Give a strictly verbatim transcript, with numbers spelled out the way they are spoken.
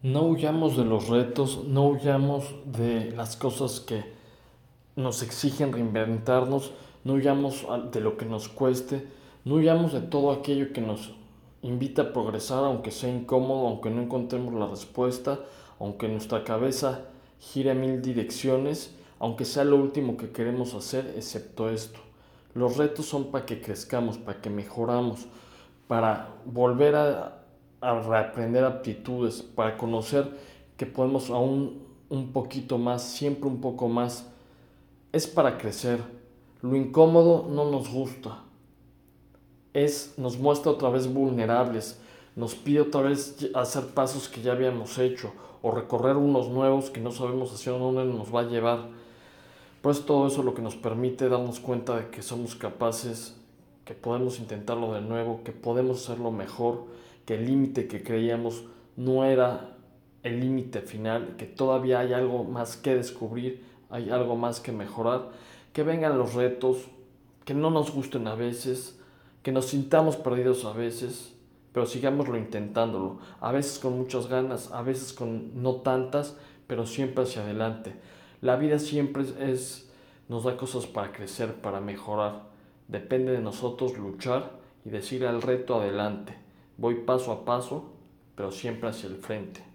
No huyamos de los retos, no huyamos de las cosas que nos exigen reinventarnos, no huyamos de lo que nos cueste, no huyamos de todo aquello que nos invita a progresar, aunque sea incómodo, aunque no encontremos la respuesta, aunque nuestra cabeza gire a mil direcciones, aunque sea lo último que queremos hacer, excepto esto. Los retos son para que crezcamos, para que mejoramos, para volver a, a reaprender aptitudes, para conocer que podemos aún un poquito más, siempre un poco más. Es para crecer. Lo incómodo no nos gusta. Es, nos muestra otra vez vulnerables, nos pide otra vez hacer pasos que ya habíamos hecho o recorrer unos nuevos que no sabemos hacia dónde nos va a llevar. Pues todo eso es lo que nos permite darnos cuenta de que somos capaces, que podemos intentarlo de nuevo, que podemos hacerlo mejor, que el límite que creíamos no era el límite final, que todavía hay algo más que descubrir, hay algo más que mejorar, que vengan los retos, que no nos gusten a veces, que nos sintamos perdidos a veces, pero sigámoslo intentándolo, a veces con muchas ganas, a veces con no tantas, pero siempre hacia adelante. La vida siempre es, nos da cosas para crecer, para mejorar. Depende de nosotros luchar y decir al reto adelante. Voy paso a paso, pero siempre hacia el frente.